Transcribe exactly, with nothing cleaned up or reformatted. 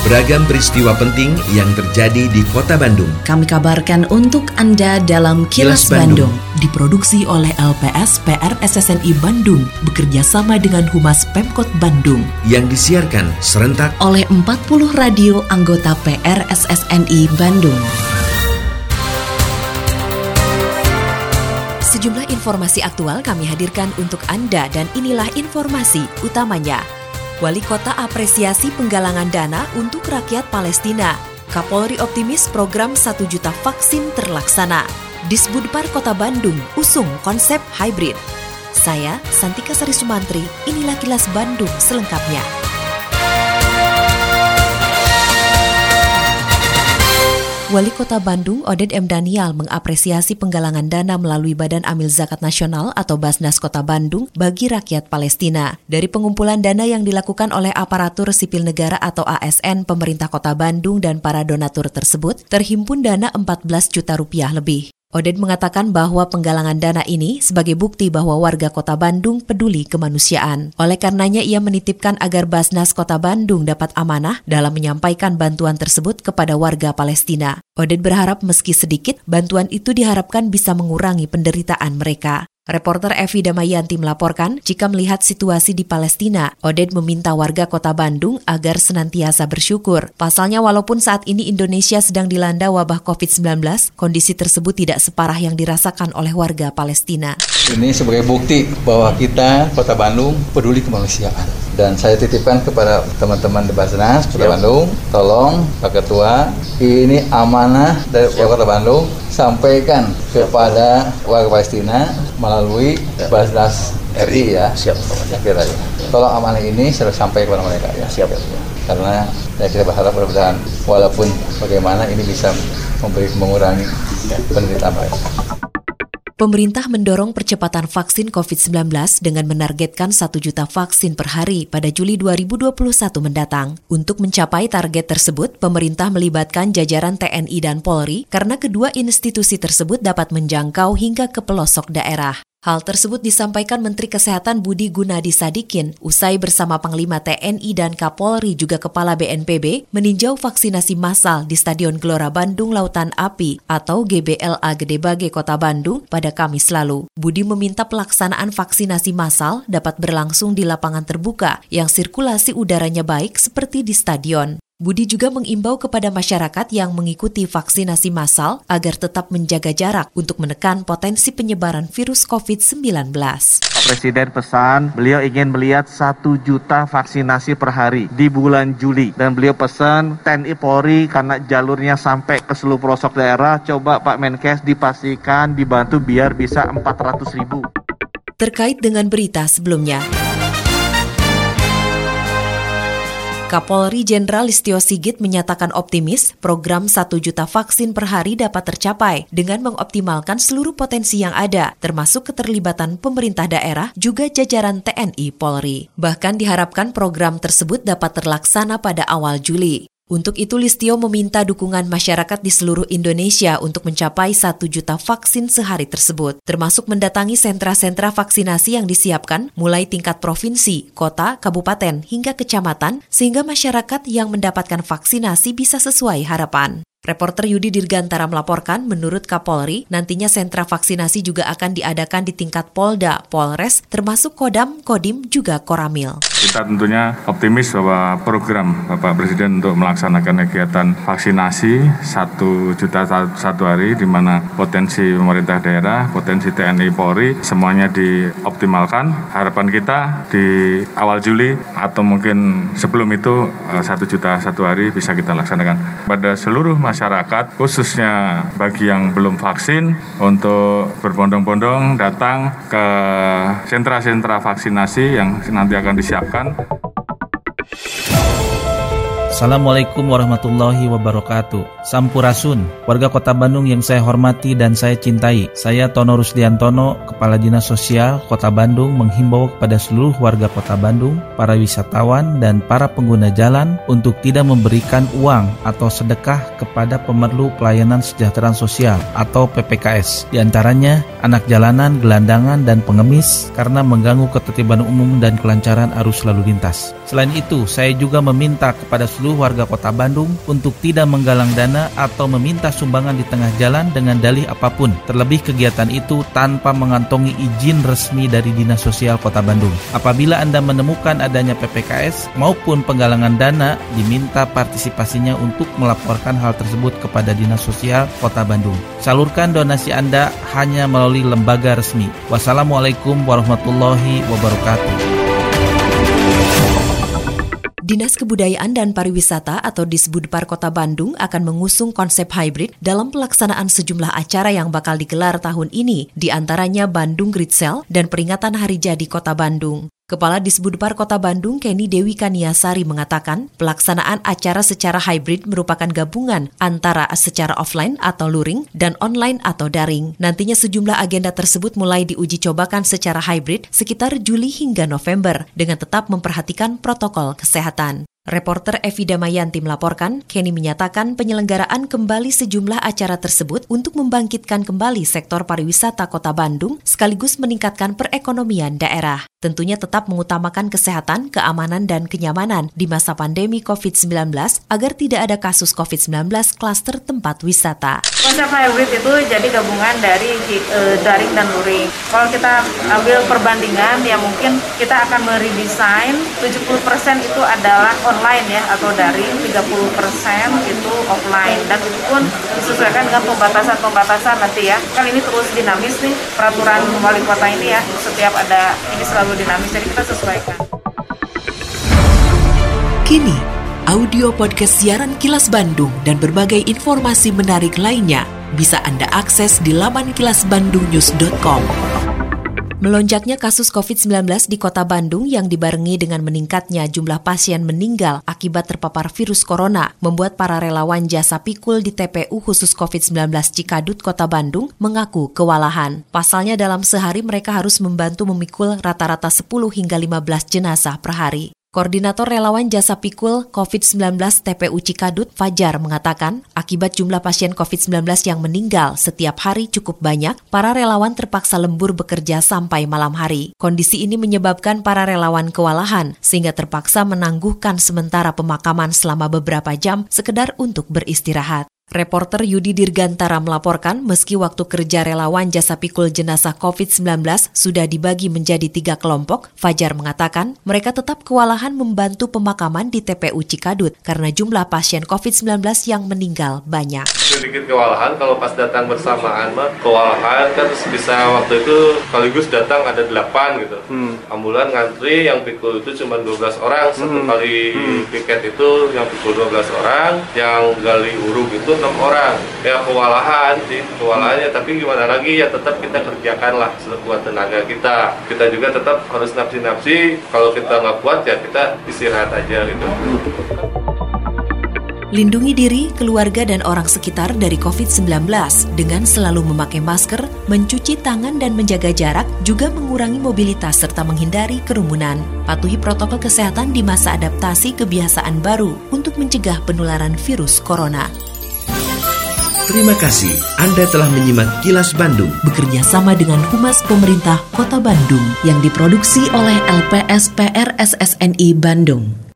Beragam peristiwa penting yang terjadi di Kota Bandung kami kabarkan untuk Anda dalam Kilas, Kilas Bandung. Bandung. Diproduksi oleh L P S P R S S N I Bandung bekerja sama dengan Humas Pemkot Bandung. Yang disiarkan serentak oleh empat puluh radio anggota P R S S N I Bandung. Sejumlah informasi aktual kami hadirkan untuk Anda dan inilah informasi utamanya. Wali Kota apresiasi penggalangan dana untuk rakyat Palestina. Kapolri optimis program satu juta vaksin terlaksana. Disbudpar Kota Bandung usung konsep hybrid. Saya Santika Sari Sumantri, inilah Kilas Bandung selengkapnya. Wali Kota Bandung, Oded M. Daniel, mengapresiasi penggalangan dana melalui Badan Amil Zakat Nasional atau Basnas Kota Bandung bagi rakyat Palestina. Dari pengumpulan dana yang dilakukan oleh aparatur sipil negara atau A S N pemerintah Kota Bandung dan para donatur tersebut, terhimpun dana empat belas juta rupiah lebih. Oded mengatakan bahwa penggalangan dana ini sebagai bukti bahwa warga Kota Bandung peduli kemanusiaan. Oleh karenanya ia menitipkan agar Basnas Kota Bandung dapat amanah dalam menyampaikan bantuan tersebut kepada warga Palestina. Oded berharap meski sedikit, bantuan itu diharapkan bisa mengurangi penderitaan mereka. Reporter Evi Damayanti melaporkan, jika melihat situasi di Palestina, Oded meminta warga Kota Bandung agar senantiasa bersyukur. Pasalnya walaupun saat ini Indonesia sedang dilanda wabah covid sembilan belas, kondisi tersebut tidak separah yang dirasakan oleh warga Palestina. Ini sebagai bukti bahwa kita, Kota Bandung, peduli kemanusiaan. Dan saya titipkan kepada teman-teman di Basnas Kota Siap. Bandung, tolong Pak Ketua, ini amanah dari Kota Bandung, sampaikan kepada warga Palestina melalui Basnas R I ya. Siap. Kira ya. Tolong amanah ini saya sampai kepada mereka ya. Siap. Karena ya, kita berharap mudah-mudahan walaupun bagaimana ini bisa memberi mengurangi penderitaan mereka. Pemerintah mendorong percepatan vaksin covid sembilan belas dengan menargetkan satu juta vaksin per hari pada Juli dua ribu dua puluh satu mendatang. Untuk mencapai target tersebut, pemerintah melibatkan jajaran T N I dan Polri karena kedua institusi tersebut dapat menjangkau hingga ke pelosok daerah. Hal tersebut disampaikan Menteri Kesehatan Budi Gunadi Sadikin usai bersama Panglima T N I dan Kapolri juga Kepala B N P B meninjau vaksinasi massal di Stadion Gelora Bandung Lautan Api atau G B L A Gede Bage Kota Bandung pada Kamis lalu. Budi meminta pelaksanaan vaksinasi massal dapat berlangsung di lapangan terbuka yang sirkulasi udaranya baik seperti di stadion. Budi juga mengimbau kepada masyarakat yang mengikuti vaksinasi massal agar tetap menjaga jarak untuk menekan potensi penyebaran virus covid sembilan belas. Presiden pesan, beliau ingin melihat satu juta vaksinasi per hari di bulan Juli. Dan beliau pesan T N I Polri karena jalurnya sampai ke seluruh pelosok daerah, coba Pak Menkes dipastikan dibantu biar bisa empat ratus ribu. Terkait dengan berita sebelumnya, Kapolri Jenderal Listio Sigit menyatakan optimis program satu juta vaksin per hari dapat tercapai dengan mengoptimalkan seluruh potensi yang ada, termasuk keterlibatan pemerintah daerah juga jajaran T N I Polri. Bahkan diharapkan program tersebut dapat terlaksana pada awal Juli. Untuk itu Listio meminta dukungan masyarakat di seluruh Indonesia untuk mencapai satu juta vaksin sehari tersebut, termasuk mendatangi sentra-sentra vaksinasi yang disiapkan mulai tingkat provinsi, kota, kabupaten, hingga kecamatan, sehingga masyarakat yang mendapatkan vaksinasi bisa sesuai harapan. Reporter Yudi Dirgantara melaporkan, menurut Kapolri, nantinya sentra vaksinasi juga akan diadakan di tingkat Polda, Polres, termasuk Kodam, Kodim, juga Koramil. Kita tentunya optimis bahwa program Bapak Presiden untuk melaksanakan kegiatan vaksinasi satu juta satu hari, di mana potensi pemerintah daerah, potensi T N I Polri, semuanya dioptimalkan. Harapan kita di awal Juli atau mungkin sebelum itu satu juta satu hari bisa kita laksanakan. Pada seluruh masyarakat, khususnya bagi yang belum vaksin, untuk berbondong-bondong datang ke sentra-sentra vaksinasi yang nanti akan disiapkan. Assalamualaikum warahmatullahi wabarakatuh. Sampurasun, warga Kota Bandung yang saya hormati dan saya cintai. Saya Tono Rusdiantono, Kepala Dinas Sosial Kota Bandung, menghimbau kepada seluruh warga Kota Bandung, para wisatawan dan para pengguna jalan untuk tidak memberikan uang atau sedekah kepada pemerlu pelayanan kesejahteraan sosial atau P P K S. Di antaranya anak jalanan, gelandangan, dan pengemis karena mengganggu ketertiban umum dan kelancaran arus lalu lintas. Selain itu, saya juga meminta kepada seluruh seluruh warga Kota Bandung untuk tidak menggalang dana atau meminta sumbangan di tengah jalan dengan dalih apapun, terlebih kegiatan itu tanpa mengantongi izin resmi dari Dinas Sosial Kota Bandung. Apabila Anda menemukan adanya P P K S maupun penggalangan dana, diminta partisipasinya untuk melaporkan hal tersebut kepada Dinas Sosial Kota Bandung. Salurkan donasi Anda hanya melalui lembaga resmi. Wassalamualaikum warahmatullahi wabarakatuh. Dinas Kebudayaan dan Pariwisata atau Disbudpar Kota Bandung akan mengusung konsep hybrid dalam pelaksanaan sejumlah acara yang bakal digelar tahun ini, di antaranya Bandung Great Sale dan peringatan Hari Jadi Kota Bandung. Kepala Disbudpar Kota Bandung, Kenny Dewi Kaniasari, mengatakan pelaksanaan acara secara hybrid merupakan gabungan antara secara offline atau luring dan online atau daring. Nantinya sejumlah agenda tersebut mulai diuji cobakan secara hybrid sekitar Juli hingga November dengan tetap memperhatikan protokol kesehatan. Reporter Evi Damayanti melaporkan, Kenny menyatakan penyelenggaraan kembali sejumlah acara tersebut untuk membangkitkan kembali sektor pariwisata Kota Bandung sekaligus meningkatkan perekonomian daerah. Tentunya tetap mengutamakan kesehatan, keamanan, dan kenyamanan di masa pandemi covid sembilan belas agar tidak ada kasus covid sembilan belas klaster tempat wisata. Konsep hybrid itu jadi gabungan dari e, daring dan luring. Kalau kita ambil perbandingan, ya mungkin kita akan meredesain tujuh puluh persen itu adalah online ya atau daring, tiga puluh persen itu offline, dan itu pun disesuaikan dengan pembatasan-pembatasan nanti ya. Kan ini terus dinamis nih peraturan wali kota ini ya, setiap ada ini selalu dinamis, jadi kita sesuaikan. Kini, audio podcast siaran Kilas Bandung dan berbagai informasi menarik lainnya bisa Anda akses di laman kilas bandung news dot com. Melonjaknya kasus covid sembilan belas di Kota Bandung yang dibarengi dengan meningkatnya jumlah pasien meninggal akibat terpapar virus corona membuat para relawan jasa pikul di T P U khusus covid sembilan belas Cikadut Kota Bandung mengaku kewalahan. Pasalnya dalam sehari mereka harus membantu memikul rata-rata sepuluh hingga lima belas jenazah per hari. Koordinator Relawan Jasa Pikul covid sembilan belas T P U Cikadut, Fajar, mengatakan akibat jumlah pasien covid sembilan belas yang meninggal setiap hari cukup banyak, para relawan terpaksa lembur bekerja sampai malam hari. Kondisi ini menyebabkan para relawan kewalahan sehingga terpaksa menangguhkan sementara pemakaman selama beberapa jam sekedar untuk beristirahat. Reporter Yudi Dirgantara melaporkan meski waktu kerja relawan jasa pikul jenazah covid sembilan belas sudah dibagi menjadi tiga kelompok, Fajar mengatakan mereka tetap kewalahan membantu pemakaman di T P U Cikadut karena jumlah pasien covid sembilan belas yang meninggal banyak. Sedikit kewalahan kalau pas datang bersamaan mah kewalahan kan bisa waktu itu sekaligus datang ada delapan gitu. Hmm. Ambulan ngantri yang pikul itu cuma dua belas orang, satu hmm. kali hmm. piket itu yang pikul dua belas orang, yang gali uruk itu enam orang. Ya kewalahan sih, kewalahannya, tapi gimana lagi ya tetap kita kerjakan lah sekuat tenaga kita. Kita juga tetap harus nafsi-nafsi, kalau kita nggak kuat ya kita istirahat aja gitu. Lindungi diri, keluarga, dan orang sekitar dari covid sembilan belas dengan selalu memakai masker, mencuci tangan dan menjaga jarak, juga mengurangi mobilitas serta menghindari kerumunan. Patuhi protokol kesehatan di masa adaptasi kebiasaan baru untuk mencegah penularan virus corona. Terima kasih Anda telah menyimak Kilas Bandung bekerja sama dengan Humas Pemerintah Kota Bandung yang diproduksi oleh L P S P R S S N I Bandung.